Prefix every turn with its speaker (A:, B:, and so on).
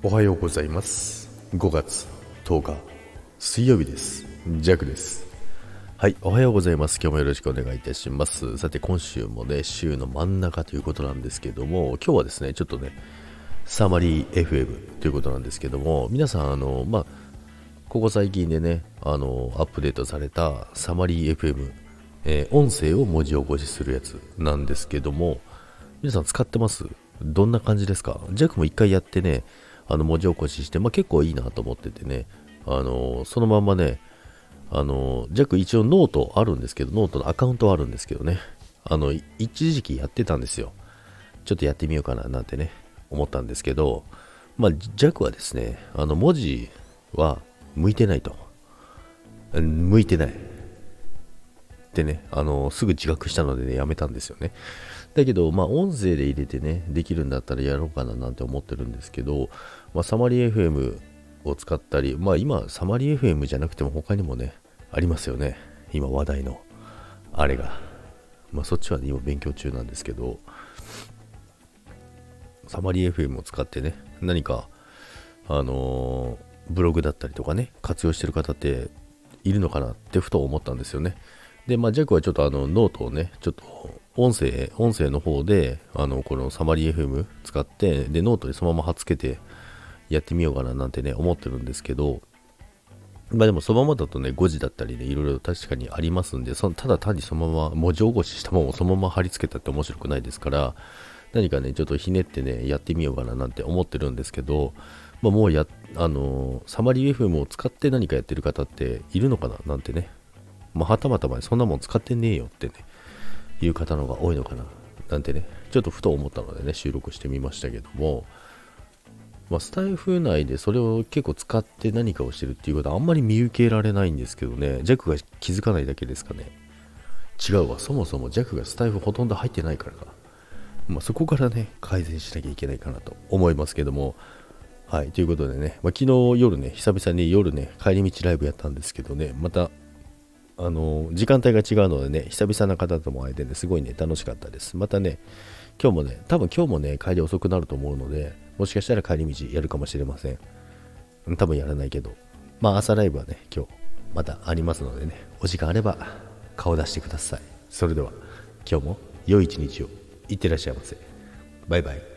A: おはようございます。5月10日水曜日です。ジャックです。はい、おはようございます。今日もよろしくお願いいたします。さて今週もね、週の真ん中ということなんですけども、今日はですね、ちょっとね、サマリー FM ということなんですけども、皆さんここ最近でね、アップデートされたサマリー FM、音声を文字起こしするやつなんですけども、皆さん使ってます？どんな感じですか？ジャックも一回やってね、文字起こしして、結構いいなと思っててね、そのまんまね、ジャック一応ノートあるんですけど、ノートのアカウントはあるんですけどね、一時期やってたんですよ。ちょっとやってみようかななんてね、思ったんですけど、ジャックはですね、文字は向いてないと。向いてない。ってね、すぐ自覚したのでね、やめたんですよね。だけど、音声で入れてね、できるんだったらやろうかななんて思ってるんですけど、サマリー FM を使ったり、今、サマリー FM じゃなくても他にもね、ありますよね。今話題の、あれが。そっちは、ね、今勉強中なんですけど、サマリー FM を使ってね、何か、ブログだったりとかね、活用してる方っているのかなってふと思ったんですよね。で、ジャックはちょっとノートをね、ちょっと音声の方で、このサマリー FM 使って、で、ノートにそのまま貼っつけてやってみようかななんてね、思ってるんですけど、でもそのままだとね、誤字だったりね、いろいろ確かにありますんで、ただ単にそのまま文字起こししたものをそのまま貼り付けたって面白くないですから、何かね、ちょっとひねってね、やってみようかななんて思ってるんですけど、もうサマリー FM を使って何かやってる方っているのかななんてね、はたまたそんなもん使ってねえよってね、いう方の方が多いのかななんてね、ちょっとふと思ったのでね、収録してみましたけども、スタイフ内でそれを結構使って何かをしてるっていうことはあんまり見受けられないんですけどね、ジャックが気づかないだけですかね。違うわ、そもそもジャックがスタイフほとんど入ってないからか。そこからね、改善しなきゃいけないかなと思いますけども、はい、ということでね、昨日夜ね、久々に夜ね、帰り道ライブやったんですけどね、また時間帯が違うのでね、久々な方とも会えてね、すごいね、楽しかったです。またね、多分今日もね、帰り遅くなると思うので、もしかしたら帰り道やるかもしれません。多分やらないけど、朝ライブはね、今日またありますのでね、お時間あれば顔出してください。それでは、今日も良い一日をいってらっしゃいませ。バイバイ。